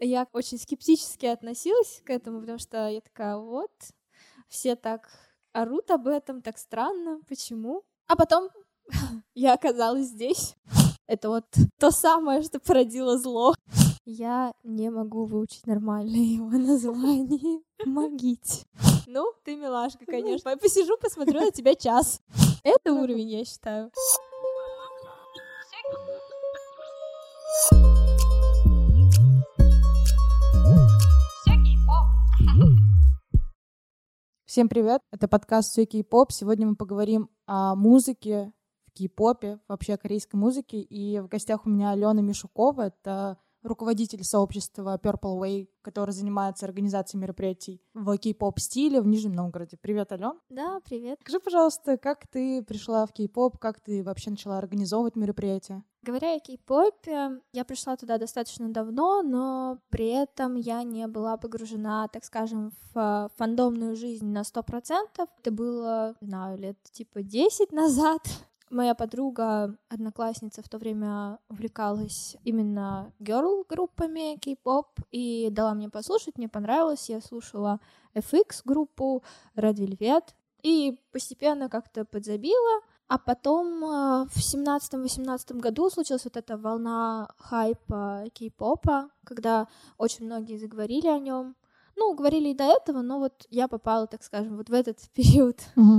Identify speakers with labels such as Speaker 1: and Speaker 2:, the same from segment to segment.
Speaker 1: Я очень скептически относилась к этому, потому что я такая, вот, все так орут об этом, так странно, почему? А потом я оказалась здесь. Это вот то самое, что породило зло. Я не могу выучить нормально его название. Помогите. Ну, ты милашка, конечно. Я посижу, посмотрю на тебя час. Это уровень, я считаю.
Speaker 2: Всем привет, это подкаст «Всё кей-поп». Сегодня мы поговорим о музыке в кей-попе, вообще о корейской музыке. И в гостях у меня Алена Мишукова, это руководитель сообщества Purple Way, который занимается организацией мероприятий в кей-поп стиле в Нижнем Новгороде. Привет, Ален.
Speaker 1: Да, привет.
Speaker 2: Скажи, пожалуйста, как ты пришла в кей-поп, как ты вообще начала организовывать мероприятия?
Speaker 1: Говоря о кей-попе, я пришла туда достаточно давно, но при этом я не была погружена, так скажем, в фандомную жизнь на 100%. Это было, не знаю, лет типа 10 назад. Моя подруга, одноклассница в то время увлекалась именно герл-группами кей-поп и дала мне послушать, мне понравилось. Я слушала FX-группу, Red Velvet и постепенно как-то подзабила. А потом в 17-18 году случилась вот эта волна хайпа кей-попа, когда очень многие заговорили о нем. Ну, говорили и до этого, но вот я попала, так скажем, вот в этот период.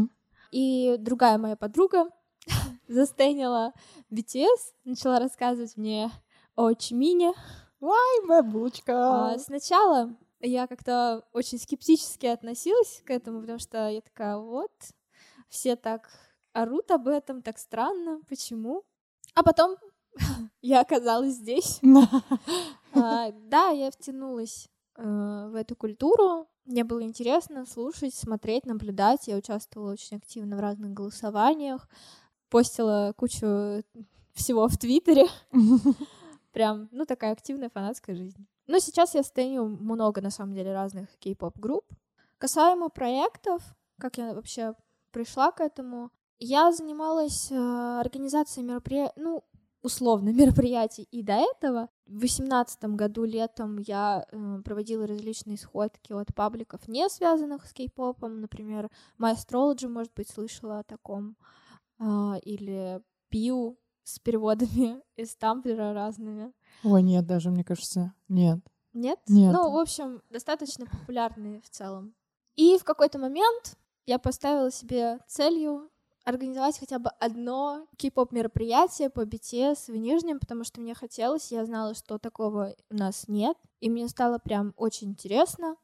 Speaker 1: И другая моя подруга застенила BTS, начала рассказывать мне о Чимине.
Speaker 2: Ай, бабучка!
Speaker 1: Сначала я как-то очень скептически относилась к этому, потому что я такая, вот, все так орут об этом, так странно, почему? А потом я оказалась здесь. Да, я втянулась в эту культуру. Мне было интересно слушать, смотреть, наблюдать. Я участвовала очень активно в разных голосованиях, постила кучу всего в Твиттере. Прям, ну, такая активная фанатская жизнь. Но сейчас я стеню много, на самом деле, разных кей-поп-групп. Касаемо проектов, как я вообще пришла к этому, я занималась организацией мероприятий, ну, условно, мероприятий и до этого. В 2018 году летом я проводила различные сходки от пабликов, не связанных с кей-попом. Например, My Astrology, может быть, слышала о таком. Или Пиу с переводами из Тамблера разными.
Speaker 2: Ой, нет, даже, мне кажется, нет.
Speaker 1: Нет?
Speaker 2: Нет.
Speaker 1: Ну, в общем, достаточно популярные в целом. И в какой-то момент я поставила себе целью организовать хотя бы одно кей-поп мероприятие по BTS в Нижнем, потому что мне хотелось, я знала, что такого у нас нет, и мне стало прям очень интересно.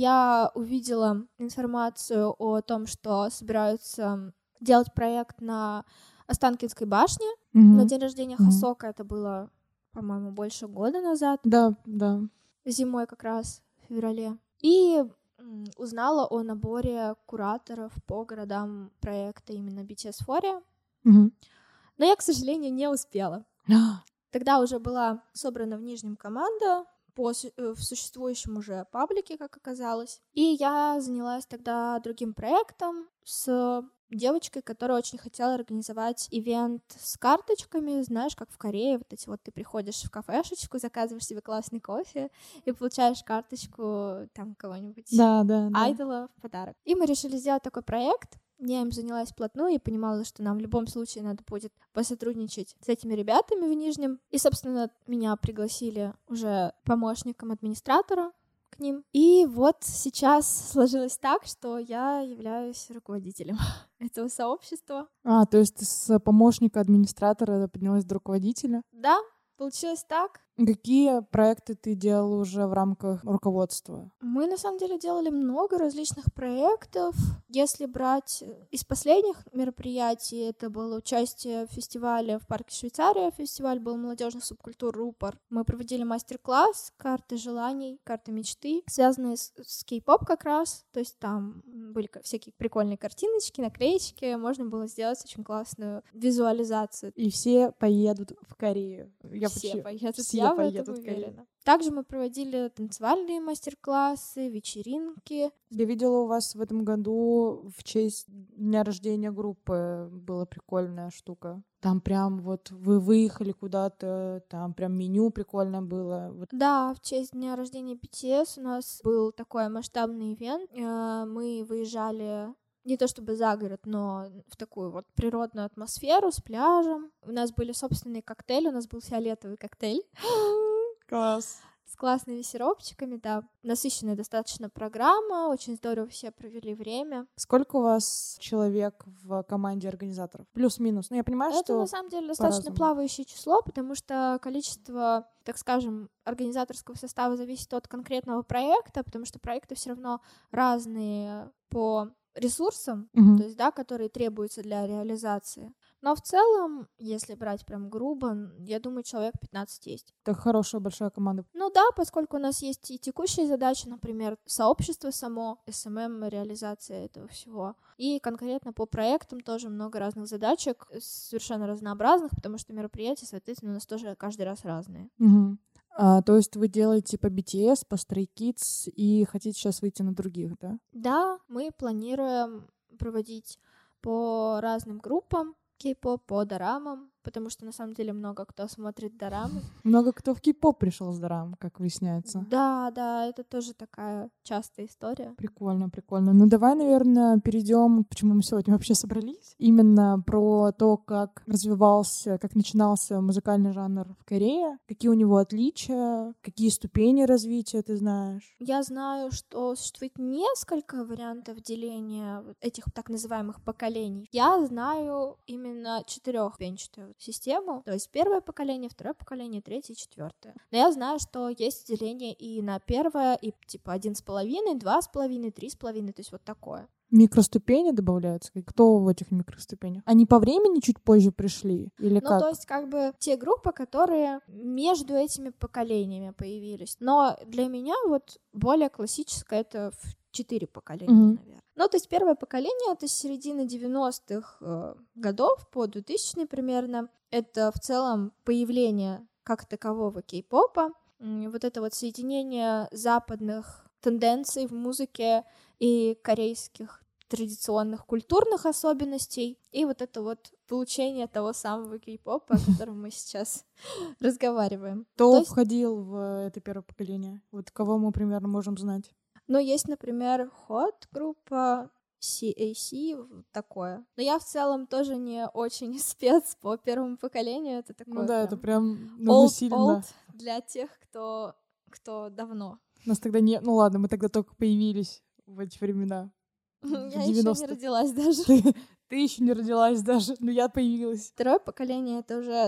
Speaker 1: Я увидела информацию о том, что собираются делать проект на Останкинской башне на день рождения Хосока. Это было, по-моему, больше года назад.
Speaker 2: Да.
Speaker 1: Зимой как раз, в феврале. И узнала о наборе кураторов по городам проекта именно BTS-фория. Но я, к сожалению, не успела. Тогда уже была собрана в Нижнем команда в существующем уже паблике, как оказалось. И я занялась тогда другим проектом с девочкой, которая очень хотела организовать ивент с карточками, знаешь, как в Корее, вот эти вот ты приходишь в кафешечку, заказываешь себе классный кофе и получаешь карточку там кого-нибудь айдола в подарок. И мы решили сделать такой проект. Я им занялась вплотную и понимала, что нам в любом случае надо будет посотрудничать с этими ребятами в Нижнем. И, собственно, меня пригласили уже помощником администратора к ним. И вот сейчас сложилось так, что я являюсь руководителем этого сообщества.
Speaker 2: То есть ты с помощника администратора поднялась до руководителя?
Speaker 1: Да, получилось так.
Speaker 2: Какие проекты ты делала уже в рамках руководства?
Speaker 1: Мы, на самом деле, делали много различных проектов. Если брать из последних мероприятий, это было участие в фестивале в парке Швейцария. Фестиваль был молодежных субкультур «Рупор». Мы проводили мастер-класс «Карты желаний», «Карты мечты», связанные с кей-поп как раз. То есть там были всякие прикольные картиночки, наклеечки. Можно было сделать очень классную визуализацию.
Speaker 2: И все поедут в Корею.
Speaker 1: Все поедут. Я в
Speaker 2: поедут
Speaker 1: этом
Speaker 2: в Корею.
Speaker 1: уверена. Также мы проводили танцевальные мастер-классы, вечеринки.
Speaker 2: Я видела у вас в этом году в честь дня рождения группы была прикольная штука. Там прям вот вы выехали куда-то, там прям меню прикольное было. Вот.
Speaker 1: Да, в честь дня рождения BTS у нас был такой масштабный ивент. Мы выезжали не то чтобы за город, но в такую вот природную атмосферу с пляжем. У нас были собственные коктейли, у нас был фиолетовый коктейль.
Speaker 2: Класс.
Speaker 1: С классными сиропчиками, да. Насыщенная достаточно программа, очень здорово все провели время.
Speaker 2: Сколько у вас человек в команде организаторов? Плюс-минус. Ну, я понимаю,
Speaker 1: Это
Speaker 2: что
Speaker 1: на самом деле достаточно
Speaker 2: по-разному.
Speaker 1: плавающее число, потому что количество, так скажем, организаторского состава зависит от конкретного проекта, потому что проекты все равно разные по ресурсам,
Speaker 2: Мгм.
Speaker 1: то есть, да, которые требуются для реализации. Но в целом, если брать прям грубо, я думаю, человек 15 есть.
Speaker 2: Это хорошая большая команда.
Speaker 1: Ну да, поскольку у нас есть и текущие задачи, например, сообщество само, SMM, реализация этого всего. И конкретно по проектам тоже много разных задачек, совершенно разнообразных, потому что мероприятия, соответственно, у нас тоже каждый раз разные.
Speaker 2: Мгм. То есть вы делаете по BTS, по Stray Kids и хотите сейчас выйти на других, да?
Speaker 1: Да, мы планируем проводить по разным группам кей-поп, по дорамам, потому что на самом деле много кто смотрит дорамы.
Speaker 2: Много кто в кей-поп пришел с дорам, как выясняется.
Speaker 1: Да, это тоже такая частая история.
Speaker 2: Прикольно, прикольно. Ну, давай, наверное, перейдем, почему мы сегодня вообще собрались. Именно про то, как развивался, как начинался музыкальный жанр в Корее, какие у него отличия, какие ступени развития ты знаешь.
Speaker 1: Я знаю, что существует несколько вариантов деления вот этих так называемых поколений. Я знаю именно четырехступенчатую систему, то есть первое поколение, второе поколение, третье, четвертое. Но я знаю, что есть деление и на первое, и типа 1,5, 2,5, 3,5, то есть вот такое.
Speaker 2: Микроступени добавляются? Кто в этих микроступенях? Они по времени чуть позже пришли? Или
Speaker 1: Ну,
Speaker 2: как?
Speaker 1: то есть, как бы, те группы, которые между этими поколениями появились. Но для меня вот более классическое это в 4 поколения, наверное. Ну, то есть, первое поколение — это с середины 90-х годов по 2000 примерно. Это в целом появление как такового кей-попа. Вот это вот соединение западных тенденций в музыке и корейских традиционных культурных особенностей, и вот это вот получение того самого кей-попа, о котором мы сейчас разговариваем.
Speaker 2: Кто входил в это первое поколение? Вот кого мы примерно можем знать?
Speaker 1: Ну, есть, например, Hot группа, CAC, вот такое. Но я в целом тоже не очень спец по первому поколению. Это такое
Speaker 2: Ну да, это прям нужно сильно.
Speaker 1: Для тех, кто давно.
Speaker 2: Нас тогда не... Ну ладно, мы тогда только появились в эти времена.
Speaker 1: Я еще не родилась даже.
Speaker 2: Ты еще не родилась даже, но я появилась.
Speaker 1: Второе поколение — это уже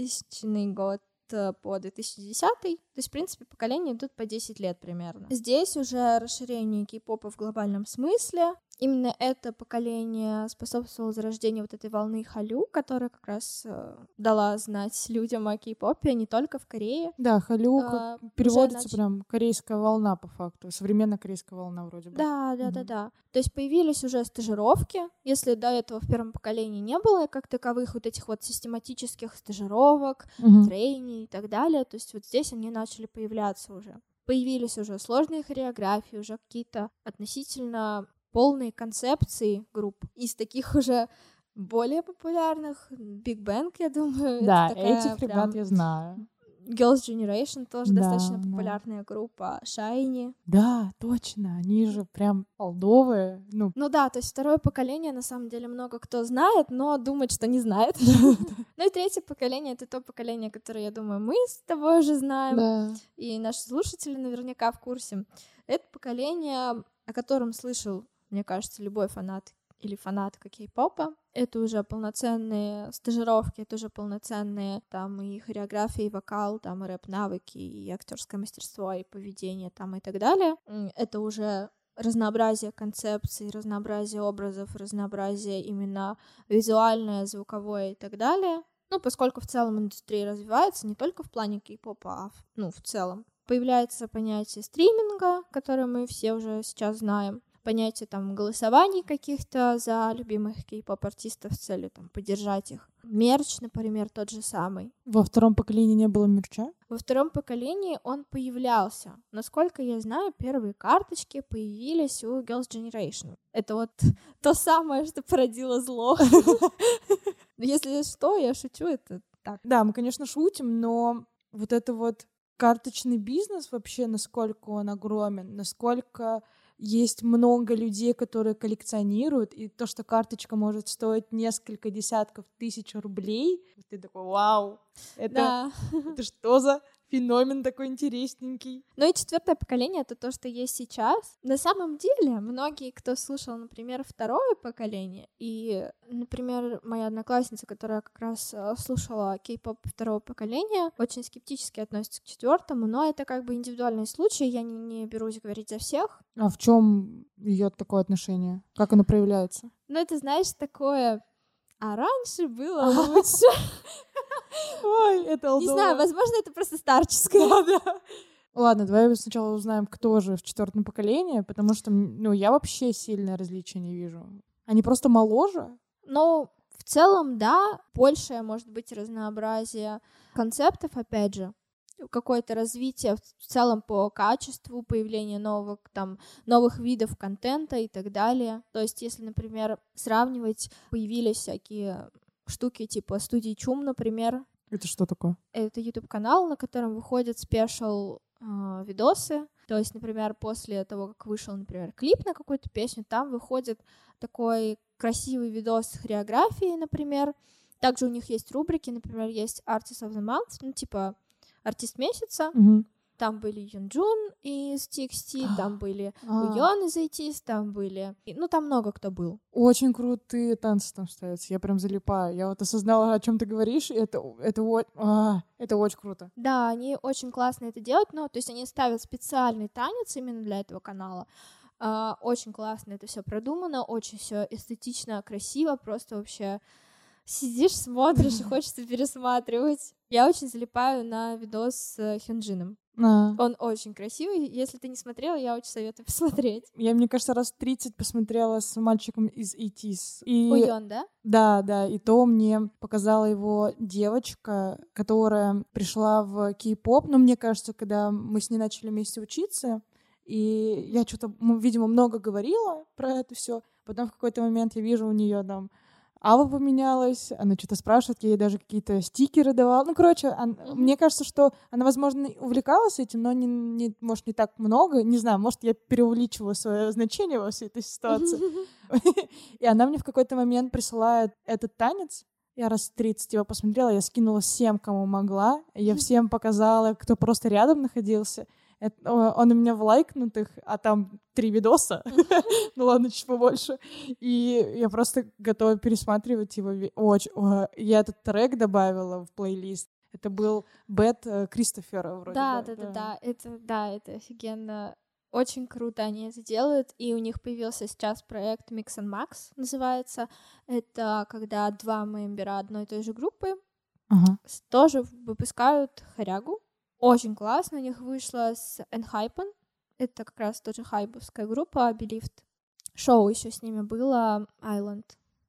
Speaker 1: 2000 год по 2010. То есть, в принципе, поколения идут по 10 лет примерно. Здесь уже расширение кей-попа в глобальном смысле. Именно это поколение способствовало зарождению вот этой волны Халю, которая как раз дала знать людям о кей-попе не только в Корее.
Speaker 2: Да, Халю переводится
Speaker 1: начали...
Speaker 2: прям корейская волна по факту, современная корейская волна вроде бы.
Speaker 1: Да. То есть появились уже стажировки. Если до этого в первом поколении не было как таковых вот этих вот систематических стажировок, трейни и так далее, то есть вот здесь они начали появляться уже. Появились уже сложные хореографии, уже какие-то относительно полные концепции групп. Из таких уже более популярных Big Bang, я думаю.
Speaker 2: Да, этих ребят я знаю.
Speaker 1: Girls' Generation тоже достаточно популярная группа. Shiny.
Speaker 2: Да, точно, они же прям олдовые. Ну
Speaker 1: да, то есть второе поколение, на самом деле, много кто знает, но думает, что не знает. Ну и третье поколение — это то поколение, которое, я думаю, мы с тобой уже знаем, и наши слушатели наверняка в курсе. Это поколение, о котором слышал, мне кажется, любой фанат или фанатка кей-попа. Это уже полноценные стажировки, это уже полноценные там и хореография, и вокал, там и рэп-навыки, и актерское мастерство, и поведение там и так далее. Это уже разнообразие концепций, разнообразие образов, разнообразие именно визуальное, звуковое и так далее. Ну, поскольку в целом индустрия развивается не только в плане кей-попа, а в целом. Появляется понятие стриминга, которое мы все уже сейчас знаем. понятие там голосований каких-то за любимых кей-поп-артистов с целью там поддержать их. Мерч, например, тот же самый.
Speaker 2: Во втором поколении не было мерча?
Speaker 1: Во втором поколении он появлялся. Насколько я знаю, первые карточки появились у Girls' Generation. Это вот то самое, что породило зло. Если что, я шучу, это так.
Speaker 2: Да, мы, конечно, шутим, но вот это вот карточный бизнес вообще, насколько он огромен, насколько есть много людей, которые коллекционируют, и то, что карточка может стоить несколько десятков тысяч рублей, ты такой, вау, это что за феномен такой интересненький.
Speaker 1: Ну и четвертое поколение — это то, что есть сейчас. На самом деле, многие, кто слушал, например, второе поколение, и, например, моя одноклассница, которая как раз слушала кей-поп второго поколения, очень скептически относится к четвертому, но это как бы индивидуальный случай, я не берусь говорить за всех.
Speaker 2: А в чем ее такое отношение? Как оно проявляется?
Speaker 1: Ну, это, знаешь, такое... А раньше было лучше.
Speaker 2: Ой, это
Speaker 1: Не знаю, возможно, это просто старческое.
Speaker 2: Да. Ладно, давай сначала узнаем, кто же в четвертом поколении, потому что, я вообще сильное различие не вижу. Они просто моложе?
Speaker 1: Ну, в целом, да, большее, может быть, разнообразие концептов, опять же, какое-то развитие в целом по качеству, появление новых видов контента и так далее. То есть, если, например, сравнивать, появились всякие штуки типа студии Чум, например.
Speaker 2: Это что такое?
Speaker 1: Это YouTube-канал, на котором выходят спешл видосы. То есть, например, после того, как вышел, например, клип на какую-то песню, там выходит такой красивый видос с хореографией, например. Также у них есть рубрики, например, есть Artist of the Month, типа артист месяца. Там были Юнджун из TXT, там были Уйон из ATEEZ, там были... там много кто был.
Speaker 2: Очень крутые танцы там ставятся, я прям залипаю. Я вот осознала, о чем ты говоришь, и это очень круто.
Speaker 1: Да, они очень классно это делают, то есть они ставят специальный танец именно для этого канала. Очень классно это все продумано, очень все эстетично, красиво, просто вообще... Сидишь, смотришь и хочется пересматривать. Я очень залипаю на видос с Хёнджином. Он очень красивый. Если ты не смотрела, я очень советую посмотреть.
Speaker 2: Я, мне кажется, раз 30 посмотрела с мальчиком из ATEEZ.
Speaker 1: Уйон, да?
Speaker 2: Да. И то мне показала его девочка, которая пришла в кей-поп. Но мне кажется, когда мы с ней начали вместе учиться, и я что-то, видимо, много говорила про это все. Потом в какой-то момент я вижу у нее там Ава поменялась, она что-то спрашивает, я ей даже какие-то стикеры давала. Мне кажется, что она, возможно, увлекалась этим, но может, не так много. Не знаю, может, я преувеличиваю свое значение во всей этой ситуации. И она мне в какой-то момент присылает этот танец. Я раз 30 его посмотрела, я скинула всем, кому могла. Я всем показала, кто просто рядом находился. Он у меня в лайкнутых, а там 3 видоса. Ну ладно, чуть побольше. И я просто готова пересматривать его. Я этот трек добавила в плейлист. Это был Бэт Кристофера вроде бы.
Speaker 1: Да. Это офигенно. Очень круто они это делают. И у них появился сейчас проект Mix and Max, называется. Это когда 2 мембера одной и той же группы тоже выпускают хорягу. Очень классно у них вышло с Enhypen. Это как раз тоже хайбовская группа, Believed. Шоу еще с ними было, Island.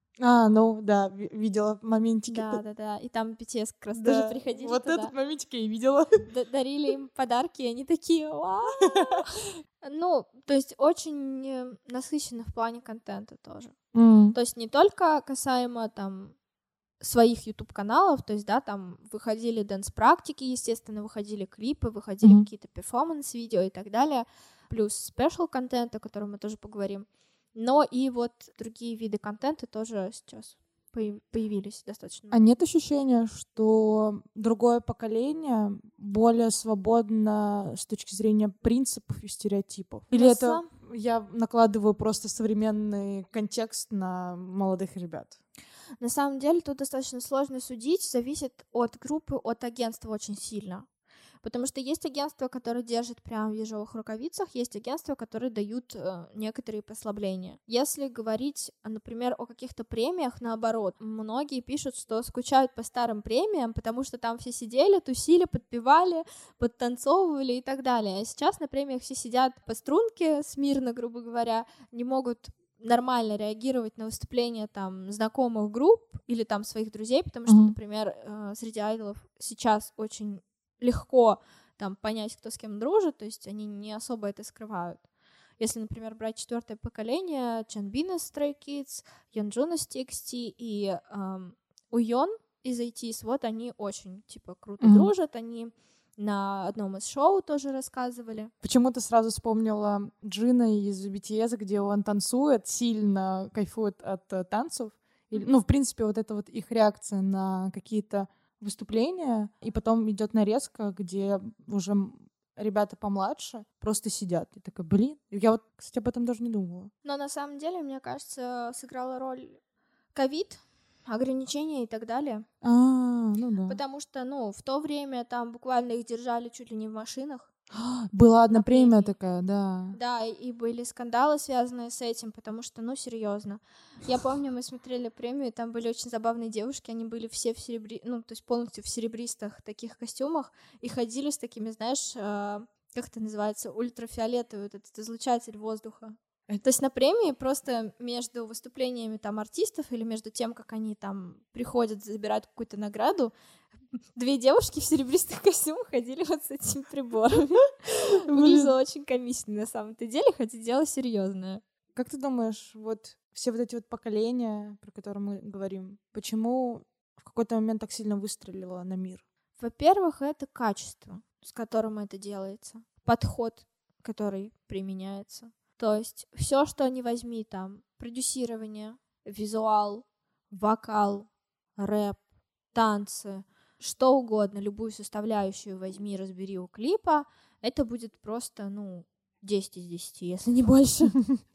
Speaker 2: Видела моментики.
Speaker 1: Да. И там BTS как раз тоже приходили
Speaker 2: вот
Speaker 1: туда.
Speaker 2: этот моментик я и видела.
Speaker 1: Дарили им подарки, и они такие, вау! То есть очень насыщенно в плане контента тоже. То есть не только касаемо там своих YouTube-каналов, то есть, да, там выходили дэнс-практики, естественно, выходили клипы, выходили какие-то перформанс-видео и так далее, плюс спешл-контент, о котором мы тоже поговорим, но и вот другие виды контента тоже сейчас появились достаточно.
Speaker 2: А нет ощущения, что другое поколение более свободно с точки зрения принципов и стереотипов? Или это я накладываю просто современный контекст на молодых ребят?
Speaker 1: На самом деле тут достаточно сложно судить, зависит от группы, от агентства очень сильно. Потому что есть агентства, которые держат прямо в ежовых рукавицах, есть агентства, которые дают некоторые послабления. Если говорить, например, о каких-то премиях, наоборот, многие пишут, что скучают по старым премиям, потому что там все сидели, тусили, подпевали, подтанцовывали и так далее. А сейчас на премиях все сидят по струнке смирно, грубо говоря, не могут нормально реагировать на выступления там знакомых групп или там своих друзей, потому что, например, среди айдолов сейчас очень легко там понять, кто с кем дружит, то есть они не особо это скрывают. Если, например, брать 4-е поколение, Chanbin из Stray Kids, Yeonjun из TXT и Уйон из ITZY, вот они очень, типа, круто дружат, они на одном из шоу тоже рассказывали.
Speaker 2: Почему-то сразу вспомнила Джина из BTS, где он танцует, сильно кайфует от танцев. Ну, в принципе, вот это вот их реакция на какие-то выступления, и потом идет нарезка, где уже ребята помладше просто сидят. И такая, блин, я вот, кстати, об этом даже не думала.
Speaker 1: Но на самом деле, мне кажется, сыграла роль ковид, ограничения и так далее.
Speaker 2: Ну да.
Speaker 1: Потому что, в то время там буквально их держали чуть ли не в машинах.
Speaker 2: Была одна премия такая, да.
Speaker 1: Да, и были скандалы, связанные с этим, потому что, серьезно. Я помню, мы смотрели премию, и там были очень забавные девушки, они были все в то есть полностью в серебристых таких костюмах, и ходили с такими, знаешь, как это называется, ультрафиолетовый вот этот излучатель воздуха. То есть на премии просто между выступлениями там артистов или между тем, как они там приходят, забирают какую-то награду, 2 девушки в серебристых костюмах ходили вот с этими приборами. Выглядело очень комично на самом-то деле, хотя дело серьезное.
Speaker 2: Как ты думаешь, вот все вот эти вот поколения, про которые мы говорим, почему в какой-то момент так сильно выстрелило на мир?
Speaker 1: Во-первых, это качество, с которым это делается, подход, который применяется. То есть все, что ни возьми, там, продюсирование, визуал, вокал, рэп, танцы, что угодно, любую составляющую возьми, разбери у клипа, это будет просто, 10 из 10, если не больше.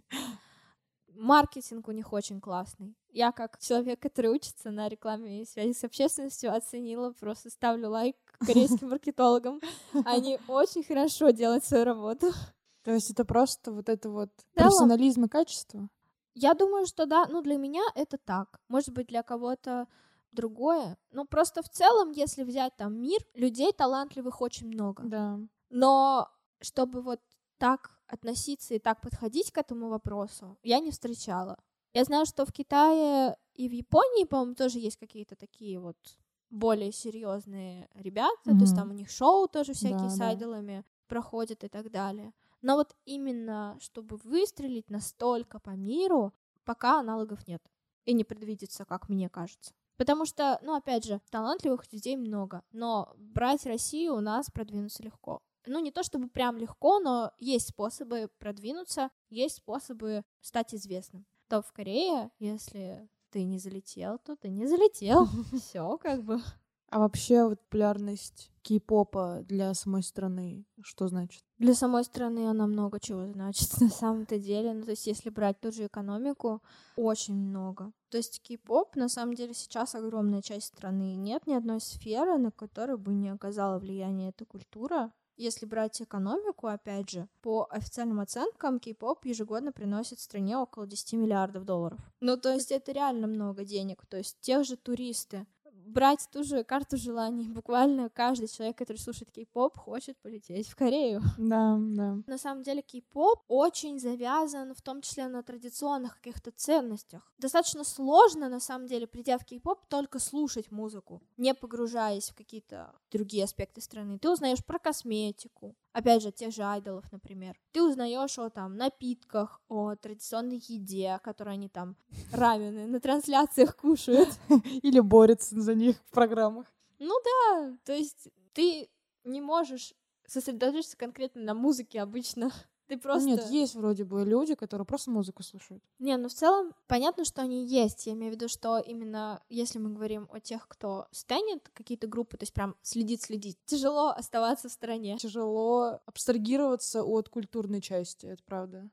Speaker 1: Маркетинг у них очень классный. Я, как человек, который учится на рекламе и связи с общественностью, оценила, просто ставлю лайк корейским маркетологам. Они очень хорошо делают свою работу.
Speaker 2: То есть это просто вот это вот профессионализм и качество?
Speaker 1: Я думаю, что да. Для меня это так. Может быть, для кого-то другое. Просто в целом, если взять там мир, людей талантливых очень много.
Speaker 2: Да.
Speaker 1: Но чтобы вот так относиться и так подходить к этому вопросу, я не встречала. Я знаю, что в Китае и в Японии, по-моему, тоже есть какие-то такие вот более серьезные ребята. То есть там у них шоу тоже всякие с айдолами проходят и так далее. Но вот именно, чтобы выстрелить настолько по миру, пока аналогов нет. И не предвидится, как мне кажется. Потому что, опять же, талантливых людей много. Но брать Россию у нас продвинуться легко. Не то чтобы прям легко, но есть способы продвинуться, есть способы стать известным. То в Корее, если ты не залетел, то ты не залетел. Все как бы.
Speaker 2: А вообще вот популярность кей-попа для самой страны что значит?
Speaker 1: Для самой страны она много чего значит на самом-то деле. То есть если брать ту же экономику, очень много. То есть кей-поп на самом деле сейчас огромная часть страны. Нет ни одной сферы, на которую бы не оказала влияние эта культура. Если брать экономику, опять же, по официальным оценкам, кей-поп ежегодно приносит стране около 10 миллиардов долларов. То есть это реально много денег. То есть те же туристы. Брать ту же карту желаний. Буквально каждый человек, который слушает кей-поп, хочет полететь в Корею.
Speaker 2: Да, да.
Speaker 1: На самом деле кей-поп очень завязан в том числе на традиционных каких-то ценностях. Достаточно сложно, на самом деле, придя в кей-поп, только слушать музыку, не погружаясь в какие-то другие аспекты страны. Ты узнаешь про косметику, опять же, тех же айдолов, например. Ты узнаешь о напитках, о традиционной еде, которую они там рамены на трансляциях кушают.
Speaker 2: Или борются за них в программах.
Speaker 1: Да, то есть ты не можешь сосредоточиться конкретно на музыке обычно. Ты просто...
Speaker 2: Нет, есть вроде бы люди, которые просто музыку слушают.
Speaker 1: В целом, понятно, что они есть. Я имею в виду, что именно если мы говорим о тех, кто стэнет какие-то группы, то есть прям следить, тяжело оставаться в стороне.
Speaker 2: Тяжело абстрагироваться от культурной части, это правда.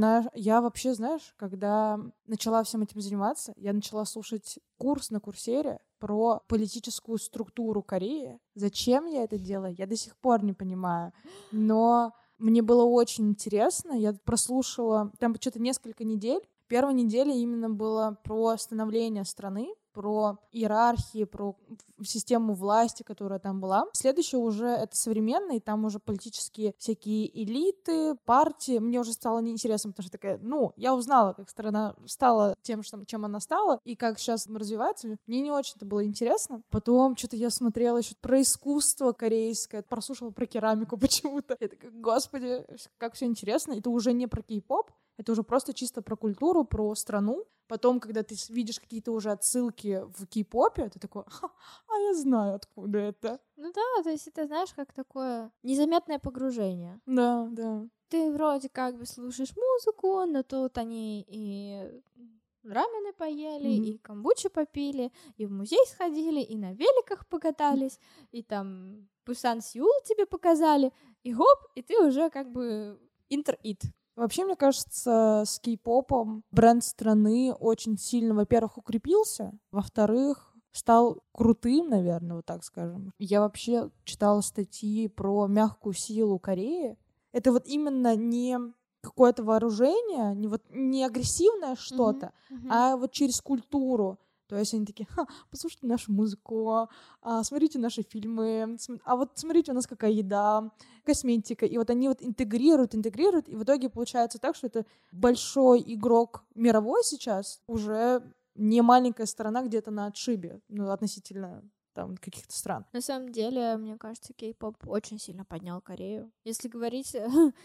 Speaker 2: Я вообще, знаешь, когда начала всем этим заниматься, я начала слушать курс на Курсере про политическую структуру Кореи. Зачем я это делаю, я до сих пор не понимаю. Но мне было очень интересно. Я прослушала там что-то несколько недель. Первая неделя именно была про становление страны, про иерархии, про систему власти, которая там была. Следующее уже это современный, там уже политические всякие элиты, партии. Мне уже стало неинтересно, потому что такая, я узнала, как страна стала тем, чем она стала, и как сейчас развивается. Мне не очень-то было интересно. Потом что-то я смотрела еще про искусство корейское, прослушала про керамику почему-то. Я такая, господи, как все интересно. Это уже не про кей-поп, это уже просто чисто про культуру, про страну. Потом, когда ты видишь какие-то уже отсылки в кей-попе, ты такой, я знаю, откуда это.
Speaker 1: Ну да, то есть это, знаешь, как такое незаметное погружение.
Speaker 2: Да, да.
Speaker 1: Ты вроде как бы слушаешь музыку, но тут они и рамены поели, и камбучу попили, и в музей сходили, и на великах покатались, и там Пусан Сеул тебе показали, и гоп, и ты уже как бы интер-ит.
Speaker 2: Вообще, мне кажется, с кей-попом бренд страны очень сильно, во-первых, укрепился, во-вторых, стал крутым, наверное, вот так скажем. Я вообще читала статьи про мягкую силу Кореи. Это вот именно не какое-то вооружение, не агрессивное что-то, а вот через культуру. То есть они такие, послушайте нашу музыку, смотрите наши фильмы, а вот смотрите, у нас какая еда, косметика. И вот они вот интегрируют, и в итоге получается так, что это большой игрок мировой сейчас, уже не маленькая страна где-то на отшибе, относительно там каких-то стран.
Speaker 1: На самом деле, мне кажется, кей-поп очень сильно поднял Корею. Если говорить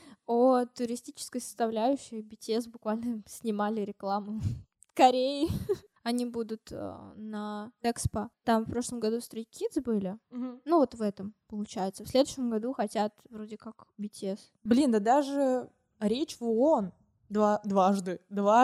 Speaker 1: о туристической составляющей, BTS буквально снимали рекламу Кореи. Они будут на Экспо. Там в прошлом году Stray Kids были. Ну вот в этом, получается. В следующем году хотят вроде как BTS.
Speaker 2: Блин, да даже речь в ООН дважды.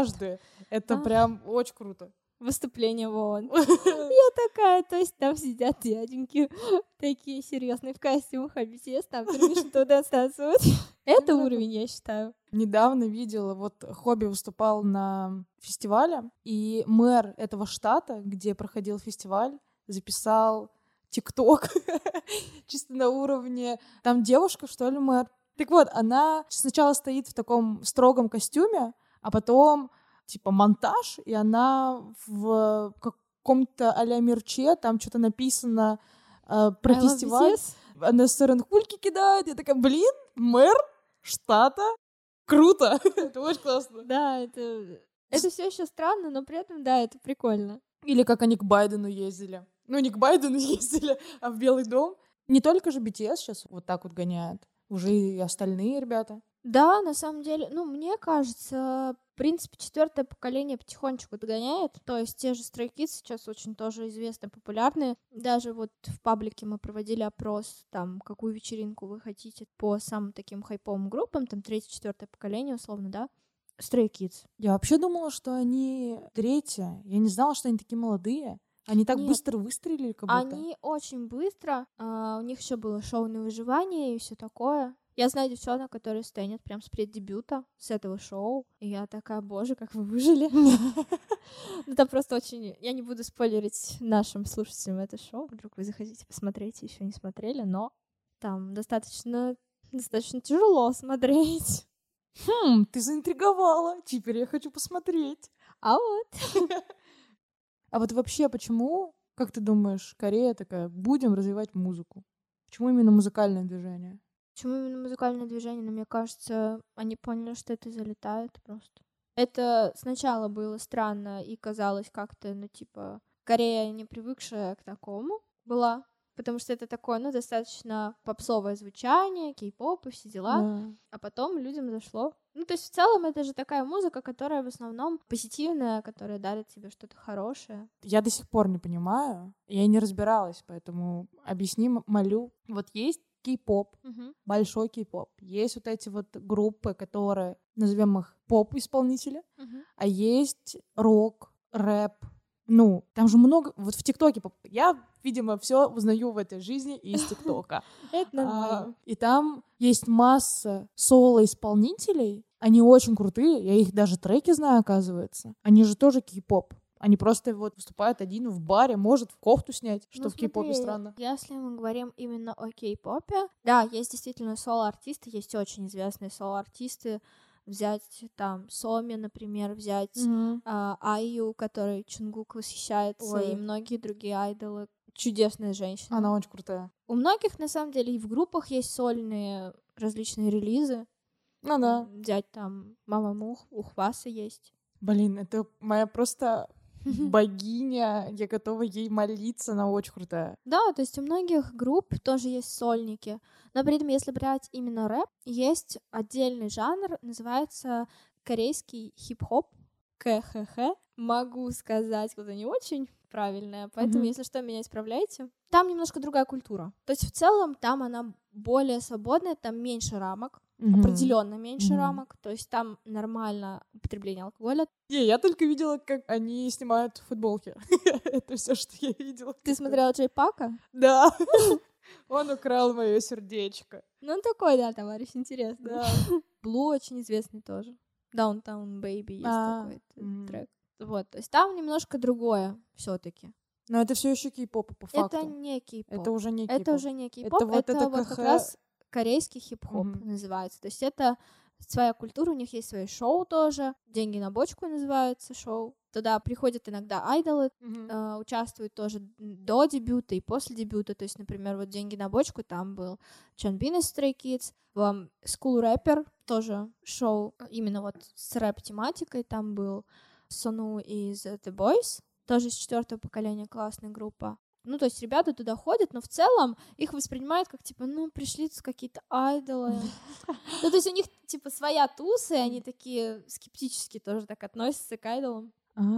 Speaker 2: Это прям очень круто.
Speaker 1: Выступление в ООН. Я такая, то есть там сидят дяденьки такие серьезные в костюмах, а BTS там пермишн туда танцуют. Это уровень, я считаю.
Speaker 2: Недавно видела, вот Хобби выступал на фестивале, и мэр этого штата, где проходил фестиваль, записал ТикТок чисто на уровне... Там девушка, что ли, мэр? Так вот, она сначала стоит в таком строгом костюме, а потом типа монтаж, и она в каком-то а-ля мерче, там что-то написано про фестиваль. Она сыренхульки кидает. Я такая, блин, мэр штата? Круто! Это очень классно.
Speaker 1: Да, это все еще странно, но при этом, да, это прикольно.
Speaker 2: Или как они к Байдену ездили. Не к Байдену ездили, а в Белый дом. Не только же BTS сейчас вот так вот гоняют. Уже и остальные ребята.
Speaker 1: Да, на самом деле, мне кажется, в принципе, 4-е поколение потихонечку догоняет. То есть те же Stray Kids сейчас очень тоже известны, популярны. Даже вот в паблике мы проводили опрос, там, какую вечеринку вы хотите по самым таким хайповым группам, там, 3-4 поколение, условно, да? Stray Kids.
Speaker 2: Я вообще думала, что они 3-е. Я не знала, что они такие молодые. Они так быстро выстрелили, как будто.
Speaker 1: Они очень быстро. У них еще было шоу на выживание и все такое. Я знаю девчонок, которые стенят прям с преддебюта, с этого шоу. И я такая, боже, как вы выжили. Там просто очень... Я не буду спойлерить нашим слушателям это шоу. Вдруг вы захотите посмотреть, еще не смотрели, но там достаточно тяжело смотреть.
Speaker 2: Ты заинтриговала. Теперь я хочу посмотреть.
Speaker 1: А вот.
Speaker 2: А вот вообще почему, как ты думаешь, Корея такая, будем развивать музыку? Почему именно музыкальное движение?
Speaker 1: Почему именно музыкальное движение? Но мне кажется, они поняли, что это залетает просто. Это сначала было странно и казалось как-то, Корея, не привыкшая к такому была, потому что это такое, достаточно попсовое звучание, кей-поп и все дела, а потом людям зашло. То есть в целом это же такая музыка, которая в основном позитивная, которая дарит тебе что-то хорошее.
Speaker 2: Я до сих пор не понимаю, я не разбиралась, поэтому объясни, молю. Вот есть кей-поп, большой кей-поп. Есть вот эти вот группы, которые, назовем их поп-исполнители, а есть рок, рэп. Там же много... Вот в ТикТоке... Я, видимо, все узнаю в этой жизни из ТикТока.
Speaker 1: Это нормально.
Speaker 2: И там есть масса соло-исполнителей. Они очень крутые. Я их даже треки знаю, оказывается. Они же тоже кей-поп. Они просто вот выступают один в баре, может в кофту снять, что
Speaker 1: Ну,
Speaker 2: в кей-попе
Speaker 1: смотри,
Speaker 2: странно.
Speaker 1: если мы говорим именно о кей-попе, да, есть действительно соло-артисты, есть очень известные соло-артисты. Взять там Соми, например, взять Айю, которой Чунгук восхищается,
Speaker 2: Ой.
Speaker 1: и многие другие айдолы. Чудесная женщина.
Speaker 2: Она очень крутая.
Speaker 1: У многих, на самом деле, и в группах есть сольные различные релизы.
Speaker 2: Ну да.
Speaker 1: Взять там Мамаму, у Хваса есть.
Speaker 2: Блин, это моя просто богиня, я готова ей молиться, она очень крутая.
Speaker 1: Да, то есть у многих групп тоже есть сольники. Но при этом, если брать именно рэп, есть отдельный жанр, называется корейский хип-хоп, КХХ. Могу сказать, что не очень правильное, поэтому, если что, меня исправляйте. Там немножко другая культура. То есть в целом там она более свободная, там меньше рамок, определенно меньше рамок, то есть там нормально употребление алкоголя.
Speaker 2: Я только видела, как они снимают футболки. Это все, что я видела.
Speaker 1: Ты смотрела Джей Пака?
Speaker 2: Да. Он украл мое сердечко.
Speaker 1: Ну, он такой, да, товарищ, интересный.
Speaker 2: Да.
Speaker 1: Блу очень известный тоже. Downtown Baby есть такой трек. Вот, то есть там немножко другое все-таки.
Speaker 2: Но это все еще кей-поп, по факту.
Speaker 1: Это не кей-поп.
Speaker 2: Это уже не кей-поп.
Speaker 1: Это уже не кей-поп, это вот как раз корейский хип-хоп называется. То есть это своя культура, у них есть свои шоу тоже. «Деньги на бочку» называется шоу. Туда приходят иногда айдолы, участвуют тоже до дебюта и после дебюта. То есть, например, вот «Деньги на бочку» там был Чанбин из Stray Kids, School Rapper, тоже шоу именно вот с рэп-тематикой. Там был Сону из The Boys, тоже из 4-го поколения, классная группа. Ну, то есть ребята туда ходят, но в целом их воспринимают как, типа, ну, пришли тут какие-то айдолы. Ну, то есть у них, типа, своя туса, и они такие скептически тоже так относятся к айдолам.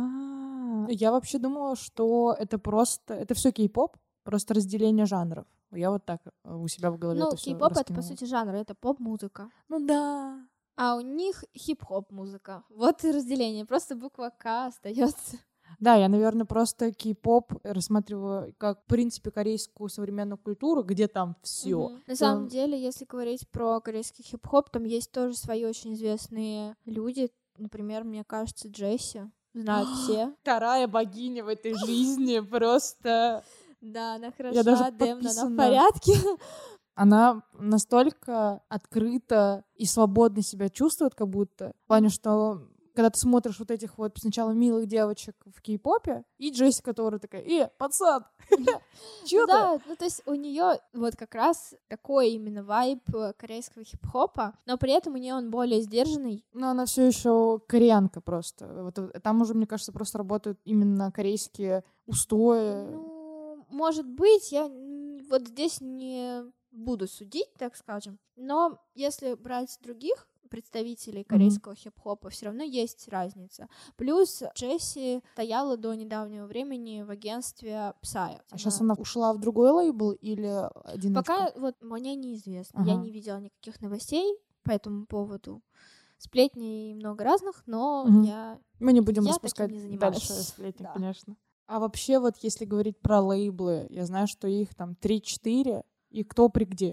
Speaker 2: Я вообще думала, что это просто... Это все кей-поп, просто разделение жанров. Я вот так у себя в голове
Speaker 1: ну,
Speaker 2: это всё
Speaker 1: кей-поп — это,
Speaker 2: раскинула.
Speaker 1: по сути, жанр, это поп-музыка.
Speaker 2: Ну да.
Speaker 1: А у них хип-хоп музыка. Вот и разделение, просто буква К остается.
Speaker 2: Да, я, наверное, просто кей-поп рассматриваю как, в принципе, корейскую современную культуру, где там все.
Speaker 1: На самом деле, если говорить про корейский хип-хоп, там есть тоже свои очень известные люди. Например, мне кажется, Джесси. Знают все.
Speaker 2: Вторая богиня в этой жизни просто...
Speaker 1: Да, она
Speaker 2: Я даже
Speaker 1: хороша, Демна, она в
Speaker 2: подписана.
Speaker 1: порядке.
Speaker 2: Она настолько открыто и свободно себя чувствует, как будто. В плане, что когда ты смотришь вот этих вот сначала милых девочек в кей-попе, и Джесси, которая такая, пацан, чё ты?
Speaker 1: Да, ну то есть у нее вот как раз такой именно вайб корейского хип-хопа, но при этом у нее он более сдержанный.
Speaker 2: Но она все еще кореянка просто. Вот там уже, мне кажется, просто работают именно корейские устои.
Speaker 1: Ну, может быть, я вот здесь не буду судить, так скажем, но если брать других представителей корейского хип-хопа, все равно есть разница. Плюс Джесси стояла до недавнего времени в агентстве Psy.
Speaker 2: А сейчас она ушла в другой лейбл или одиночка?
Speaker 1: Пока вот мне неизвестно. Я не видела никаких новостей по этому поводу. Сплетней много разных, но
Speaker 2: Мы не будем
Speaker 1: я
Speaker 2: распускать
Speaker 1: таким не занимаюсь.
Speaker 2: дальше сплетни,
Speaker 1: Да.
Speaker 2: конечно. А вообще вот если говорить про лейблы, я знаю, что их там 3-4, и кто при где?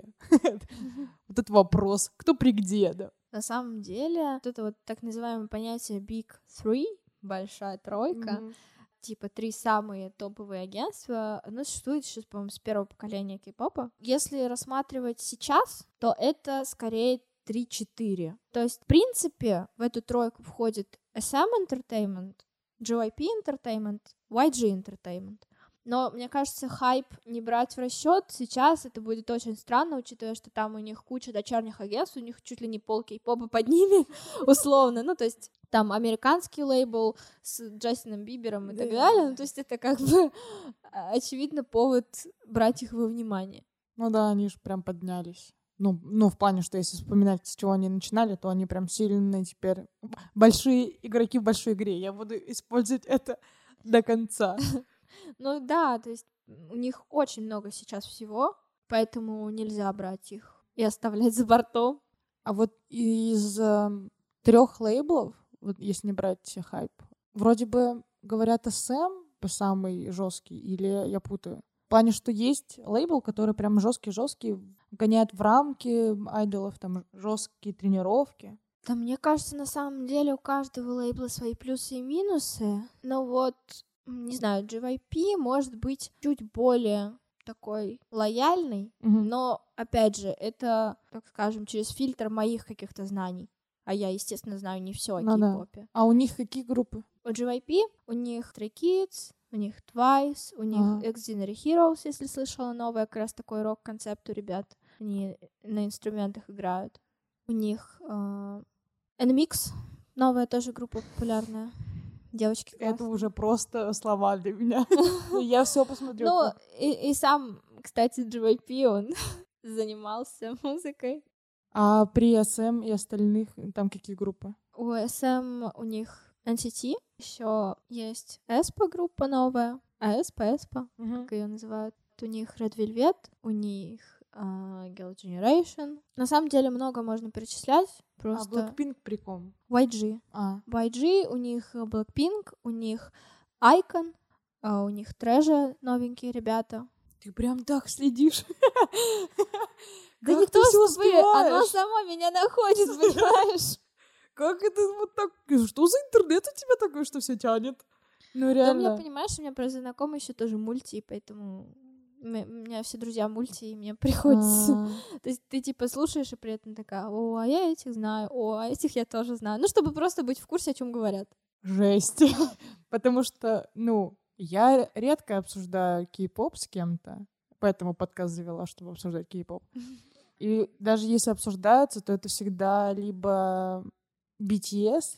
Speaker 2: Вот этот вопрос, кто при где, да?
Speaker 1: На самом деле, вот это вот так называемое понятие Big Three, большая тройка, типа 3 самые топовые агентства, оно существует сейчас, по-моему, с первого поколения кей-попа. Если рассматривать сейчас, то это скорее 3-4. То есть, в принципе, в эту тройку входит SM Entertainment, JYP Entertainment, YG Entertainment. Но, мне кажется, хайп не брать в расчет сейчас это будет очень странно, учитывая, что там у них куча дочерних агентств, у них чуть ли не пол кей-попа под ними, условно. Ну, то есть там американский лейбл с Джастином Бибером и так далее. Ну, то есть это как бы очевидно повод брать их во внимание.
Speaker 2: Ну да, они же прям поднялись. Ну, в плане, что если вспоминать, с чего они начинали, то они прям сильные теперь. Большие игроки в большой игре. Я буду использовать это до конца.
Speaker 1: Ну да, то есть у них очень много сейчас всего, поэтому нельзя брать их и оставлять за бортом.
Speaker 2: А вот из 3 лейблов, вот если не брать хайп, вроде бы говорят SM самый жесткий, или я путаю? В плане, что есть лейбл, который прям жесткий, гоняет в рамки айдолов, там жесткие тренировки.
Speaker 1: Да, мне кажется, на самом деле у каждого лейбла свои плюсы и минусы, но вот, не знаю, JYP может быть чуть более такой лояльный, но, опять же, это, так скажем, через фильтр моих каких-то знаний, а я, естественно, знаю не все о кей-попе.
Speaker 2: А у них какие группы?
Speaker 1: У JYP у них Stray Kids, у них Twice, у них Extraordinary Heroes, если слышала, новое, как раз такой рок-концепт у ребят. Они на инструментах играют. У них NMIXX, новая тоже группа популярная. Девочки классные.
Speaker 2: Это уже просто слова для меня. Я все посмотрю.
Speaker 1: Ну, и сам, кстати, JYP, он занимался музыкой.
Speaker 2: А при SM и остальных там какие группы?
Speaker 1: У SM у них NCT, еще есть aespa группа новая, aespa, как ее называют. У них Red Velvet, у них Girl Generation. На самом деле много можно перечислять. Просто...
Speaker 2: А Blackpink при ком?
Speaker 1: YG. YG, у них Blackpink, у них Icon, у них Treasure, новенькие ребята.
Speaker 2: Ты прям так следишь.
Speaker 1: Да не то, чтобы оно само меня находит, понимаешь?
Speaker 2: Как это вот так? Что за интернет у тебя такой, что все тянет? Ну, реально.
Speaker 1: Да, у меня, понимаешь, у меня просто знакомый еще тоже мульти, поэтому у меня все друзья мульти, и мне приходится... То есть ты типа слушаешь, и при этом такая: о, а я этих знаю, о, а этих я тоже знаю. Ну, чтобы просто быть в курсе, о чем говорят.
Speaker 2: Жесть. Потому что, я редко обсуждаю кей-поп с кем-то, поэтому подкаст завела, чтобы обсуждать кей-поп. И даже если обсуждается, то это всегда либо BTS,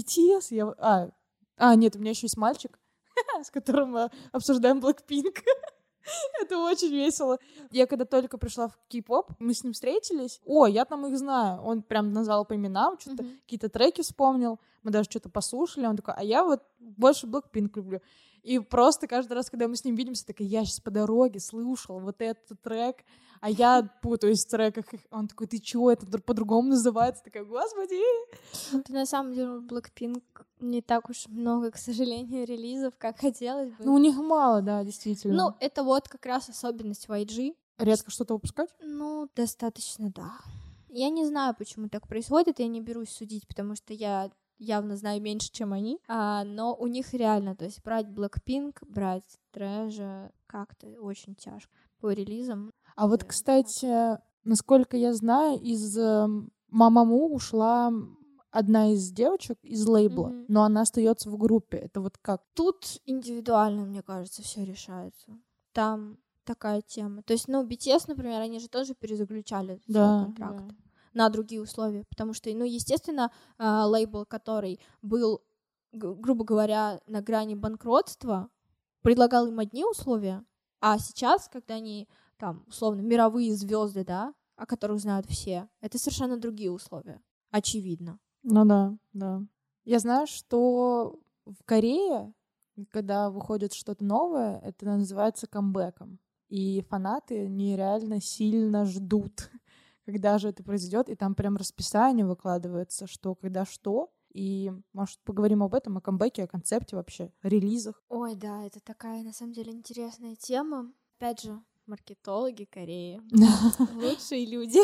Speaker 2: нет, у меня еще есть мальчик, с которым мы обсуждаем Blackpink. Это очень весело. Я когда только пришла в кей-поп, мы с ним встретились. О, я там их знаю. Он прям назвал по именам, что-то какие-то треки вспомнил. Мы даже что-то послушали. Он такой: а я вот больше Blackpink люблю. И просто каждый раз, когда мы с ним видимся, такая: я сейчас по дороге слушала вот этот трек, а я путаюсь в треках. Он такой: ты чё, это по-другому называется? Такая: господи!
Speaker 1: Ты на самом деле у Blackpink не так уж много, к сожалению, релизов, как хотелось бы.
Speaker 2: Ну, у них мало, да, действительно.
Speaker 1: Ну, это вот как раз особенность YG.
Speaker 2: Редко что-то выпускать?
Speaker 1: Ну, достаточно, да. Я не знаю, почему так происходит, я не берусь судить, потому что я явно знаю меньше, чем они, но у них реально, то есть брать Blackpink, брать Treasure как-то очень тяжко по релизам.
Speaker 2: А вот, кстати, насколько я знаю, из Mamamoo ушла одна из девочек из лейбла, но она остается в группе. Это вот как?
Speaker 1: Тут индивидуально, мне кажется, все решается. Там такая тема. То есть, BTS, например, они же тоже перезаключали свой контракт. Да. На другие условия, потому что, естественно, лейбл, который был, грубо говоря, на грани банкротства, предлагал им одни условия, а сейчас, когда они там, условно, мировые звезды, да, о которых знают все, это совершенно другие условия, очевидно.
Speaker 2: Ну да. Я знаю, что в Корее, когда выходит что-то новое, это называется камбэком, и фанаты нереально сильно ждут, когда же это произойдет, и там прям расписание выкладывается, что, когда что. И, может, поговорим об этом, о камбэке, о концепте вообще, о релизах.
Speaker 1: Ой, да, это такая, на самом деле, интересная тема. Опять же, маркетологи Кореи. Лучшие люди.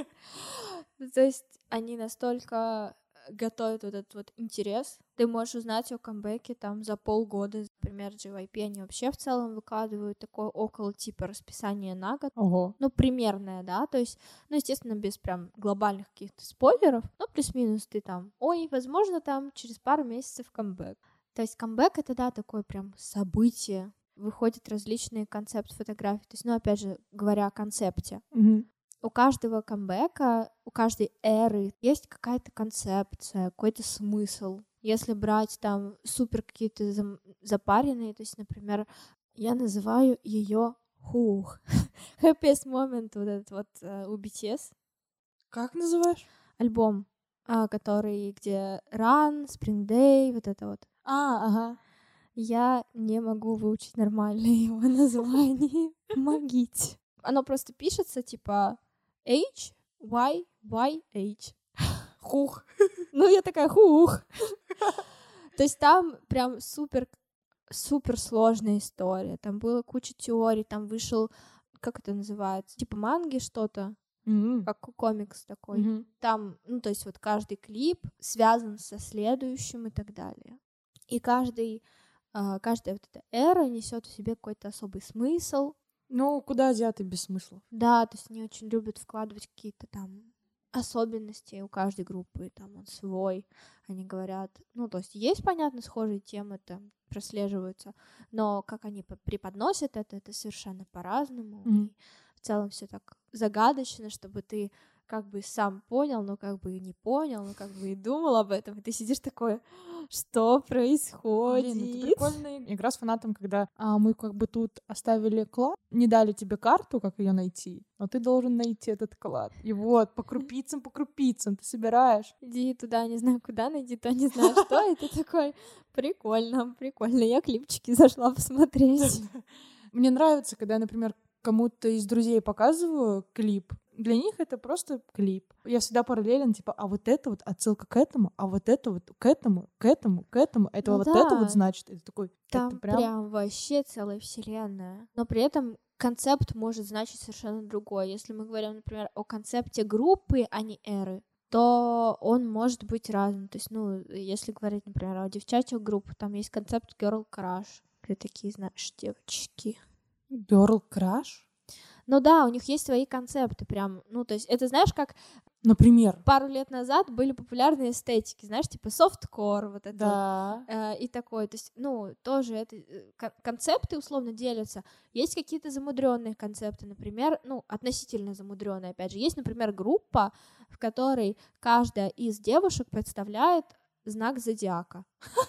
Speaker 1: То есть они настолько готовят вот этот вот интерес. Ты можешь узнать о камбэке там за полгода. Например, JYP, они вообще в целом выкладывают такое около типа расписания на год.
Speaker 2: Ого.
Speaker 1: Примерное, да, то есть, естественно, без прям глобальных каких-то спойлеров, но плюс-минус ты там: ой, возможно, там через пару месяцев камбэк. То есть камбэк — это, да, такое прям событие. Выходят различные концепты фотографий. То есть, опять же, говоря о концепте. У каждого камбэка, у каждой эры есть какая-то концепция, какой-то смысл. Если брать там супер какие-то запаренные, то есть, например, я называю ее Happiest Moment, вот этот вот у BTS.
Speaker 2: Как называешь?
Speaker 1: Альбом, который, где Run, Spring Day, вот это вот.
Speaker 2: Ага.
Speaker 1: Я не могу выучить нормально его название. Помогите. Оно просто пишется типа H-Y-Y-H.
Speaker 2: Хух.
Speaker 1: Я такая: хух. То есть там прям супер сложная история. Там было куча теорий, там вышел, как это называется, типа манги что-то. как комикс такой. Там, ну, то есть вот каждый клип связан со следующим и так далее. И каждая вот эта эра несет в себе какой-то особый смысл.
Speaker 2: Ну, куда азиаты без смысла?
Speaker 1: Да, то есть они очень любят вкладывать какие-то там особенности у каждой группы, там он свой. Они говорят, ну, то есть есть, понятно, схожие темы там прослеживаются, но как они преподносят это совершенно по-разному. И в целом все так загадочно, чтобы ты как бы сам понял, но как бы и не понял, но как бы и думал об этом, и ты сидишь такой, что происходит?
Speaker 2: Блин, это прикольная игра с фанатом, когда мы как бы тут оставили клад, не дали тебе карту, как ее найти, но ты должен найти этот клад. И вот, по крупицам ты собираешь.
Speaker 1: Иди туда, не знаю куда, найди то, не знаю что, и ты такой, прикольно, я клипчики зашла посмотреть.
Speaker 2: Мне нравится, когда я, например, кому-то из друзей показываю клип, для них это просто клип. Я всегда параллелен, типа, а вот это вот отсылка к этому, а вот это вот к этому, это
Speaker 1: Ну
Speaker 2: вот
Speaker 1: да.
Speaker 2: это вот значит. Это такой,
Speaker 1: Там
Speaker 2: это
Speaker 1: прям вообще целая вселенная. Но при этом концепт может значить совершенно другое. Если мы говорим, например, о концепте группы, а не эры, то он может быть разным. То есть, ну, если говорить, например, о девчачьих группах, там есть концепт Girl Crush. Где такие, знаешь, девочки.
Speaker 2: Girl Crush?
Speaker 1: Ну да, у них есть свои концепты прям. Ну, то есть, это знаешь, как...
Speaker 2: Например?
Speaker 1: Пару лет назад были популярные эстетики, знаешь, типа софткор, вот это
Speaker 2: да.
Speaker 1: вот, и такое. То есть, ну, тоже это концепты условно делятся. Есть какие-то замудренные концепты, например, ну, относительно замудренные, опять же. Есть, например, группа, в которой каждая из девушек представляет знак зодиака.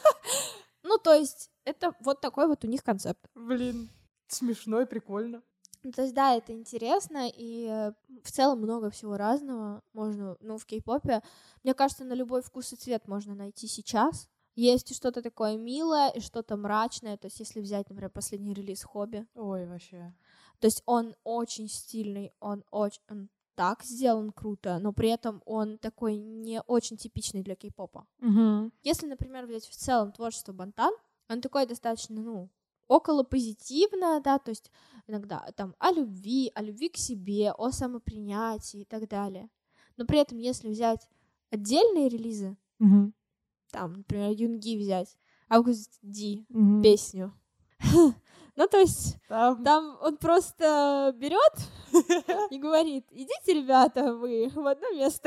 Speaker 1: Ну, то есть, это вот такой вот у них концепт.
Speaker 2: Блин, смешно и прикольно.
Speaker 1: Ну, то есть, да, это интересно, и в целом много всего разного можно, ну, в кей-попе. Мне кажется, на любой вкус и цвет можно найти сейчас. Есть и что-то такое милое, и что-то мрачное. То есть, если взять, например, последний релиз Хобби.
Speaker 2: Ой, вообще.
Speaker 1: То есть, он очень стильный, он так сделан круто, но при этом он такой не очень типичный для кей-попа. Если, например, взять в целом творчество Бантан, он такой достаточно, ну, около позитивно, да, то есть иногда там о любви к себе, о самопринятии и так далее. Но при этом, если взять отдельные релизы, там, например, Юнги взять, Август Ди, песню, ну, то есть там он просто берет и говорит, идите, ребята, вы в одно место.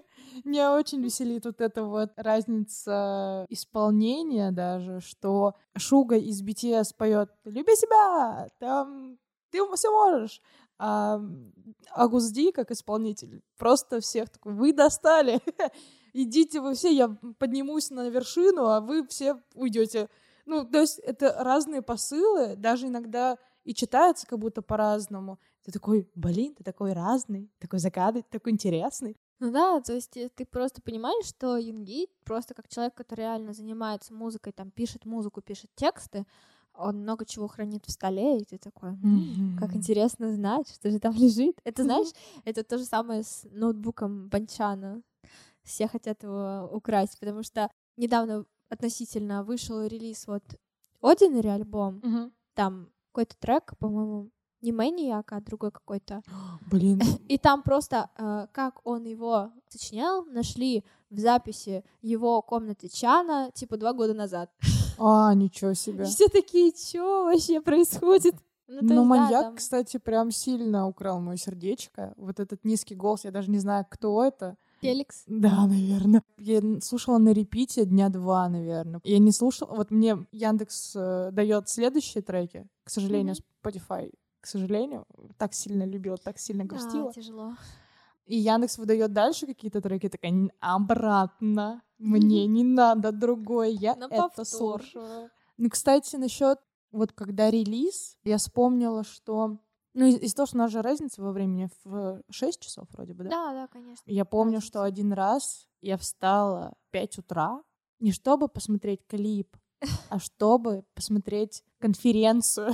Speaker 2: Меня очень веселит вот эта вот разница исполнения даже, что Шуга из BTS поет «Люби себя, там ты все можешь», а Агуст Ди, как исполнитель, просто всех такой «Вы достали, идите вы все, я поднимусь на вершину, а вы все уйдете». Ну, то есть это разные посылы, даже иногда и читаются как будто по-разному. Ты такой, блин, ты такой разный, такой загадочный, такой интересный.
Speaker 1: Ну да, то есть ты просто понимаешь, что Юнги просто как человек, который реально занимается музыкой, там пишет музыку, пишет тексты, он много чего хранит в столе, и ты такой, как интересно знать, что же там лежит. Это, знаешь, это то же самое с ноутбуком Банчана. Все хотят его украсть, потому что недавно относительно вышел релиз вот Ordinary альбом, там какой-то трек, по-моему, не Maniac, а другой какой-то.
Speaker 2: Блин.
Speaker 1: И там просто, как он его сочинял, нашли в записи его комнаты Чана, типа 2 года назад.
Speaker 2: Ничего себе.
Speaker 1: Все такие, что вообще происходит?
Speaker 2: Ну, маньяк, кстати, прям сильно украл мое сердечко. Вот этот низкий голос, я даже не знаю, кто это.
Speaker 1: Феликс?
Speaker 2: Да, наверное. Я слушала на репите 2 дня, наверное. Я не слушала. Вот мне Яндекс дает следующие треки. К сожалению, Spotify, к сожалению, так сильно любила, так сильно грустила.
Speaker 1: Да, тяжело.
Speaker 2: И Яндекс выдает дальше какие-то треки, такая, обратно. Мне не надо другой, я это слушаю. Ну, кстати, насчет вот когда релиз, я вспомнила, что... Ну, из-за того, что у нас же разница во времени в 6 часов вроде бы, да?
Speaker 1: Да, конечно.
Speaker 2: Я помню, что один раз я встала в 5 утра, не чтобы посмотреть клип, а чтобы посмотреть конференцию.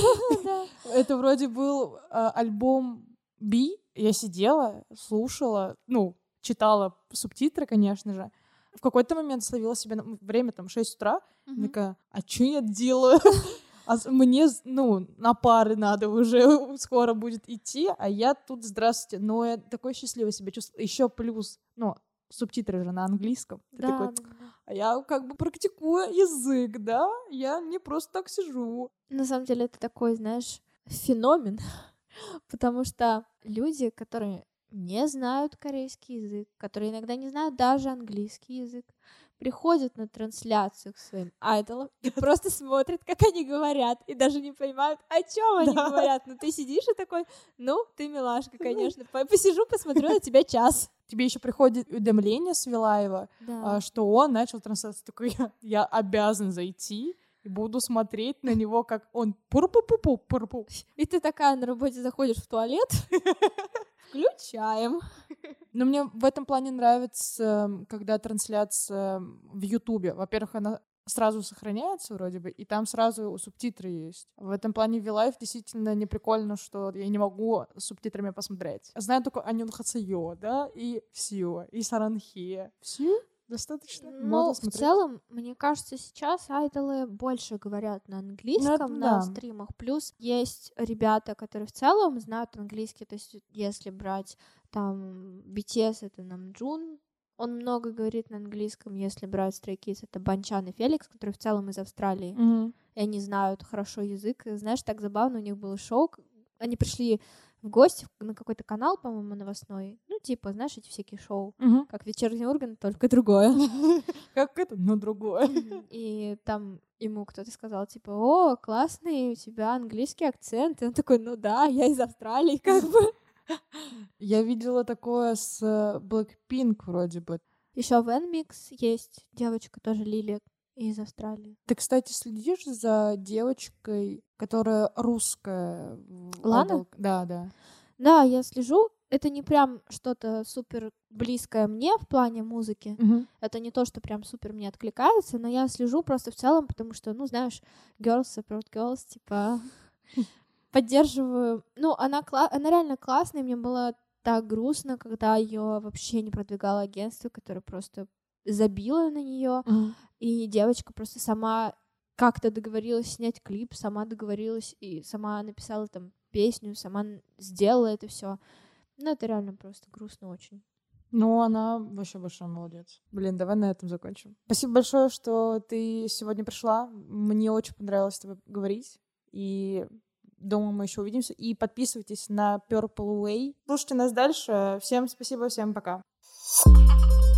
Speaker 2: Это вроде был альбом Би. Я сидела, слушала, ну, читала субтитры, конечно же. В какой-то момент словила себе время, там, 6 утра, такая, а что я делаю? А мне, на пары надо уже скоро будет идти, а я тут, здравствуйте. Но я такой счастливой себя чувствую. Еще плюс, субтитры же на английском. Ты такой, а я как бы практикую язык, да? Я не просто так сижу.
Speaker 1: На самом деле это такой, знаешь, феномен, потому что люди, которые не знают корейский язык, которые иногда не знают даже английский язык, приходят на трансляцию к своим айдолам и просто смотрят, как они говорят, и даже не понимают, о чем они говорят. Но ты сидишь и такой, ты милашка, конечно. Посижу, посмотрю на тебя час.
Speaker 2: Тебе еще приходит уведомление с Вилаева, что он начал трансляцию. Такой, я обязан зайти и буду смотреть на него, как он пурпу-пу-пу-пурпу.
Speaker 1: И ты такая на работе заходишь в туалет, включаем.
Speaker 2: Но мне в этом плане нравится, когда трансляция в Ютубе. Во-первых, она сразу сохраняется вроде бы, и там сразу субтитры есть. В этом плане V-Live действительно не прикольно, что я не могу с субтитрами посмотреть. Знаю только Аньон Хацеё, да, и все, и Саранхе. Все достаточно.
Speaker 1: Но в целом, мне кажется, сейчас айдолы больше говорят на английском на стримах. Плюс есть ребята, которые в целом знают английский. То есть если брать там BTS, это Намджун, он много говорит на английском. Если брать Stray Kids, это Банчан и Феликс, которые в целом из Австралии. И они знают хорошо язык. И, знаешь, так забавно, у них было шоу. Они пришли в гости на какой-то канал, по-моему, новостной. Знаешь, эти всякие шоу. Как «Вечерний Ургант», только другое.
Speaker 2: Как это, но другое.
Speaker 1: И там ему кто-то сказал, о, классный у тебя английский акцент. И он такой, да, я из Австралии, как бы.
Speaker 2: Я видела такое с Blackpink вроде бы.
Speaker 1: Еще в NMIX есть девочка, тоже Лилия, из Австралии.
Speaker 2: Ты, кстати, следишь за девочкой, которая русская?
Speaker 1: Лана?
Speaker 2: Да.
Speaker 1: Да, я слежу. Это не прям что-то супер близкое мне в плане музыки. Это не то, что прям супер мне откликается, но я слежу просто в целом, потому что, знаешь, girls support girls, поддерживаю. Она реально классная, мне было так грустно, когда ее вообще не продвигало агентство, которое просто забило на нее, и девочка просто сама как-то договорилась снять клип, сама договорилась и сама написала там песню, сама сделала это все. Это реально просто грустно очень.
Speaker 2: Она вообще большая молодец. Блин, давай на этом закончим. Спасибо большое, что ты сегодня пришла. Мне очень понравилось с тобой говорить. И думаю, мы еще увидимся. И подписывайтесь на Purple Way. Слушайте нас дальше. Всем спасибо, всем пока.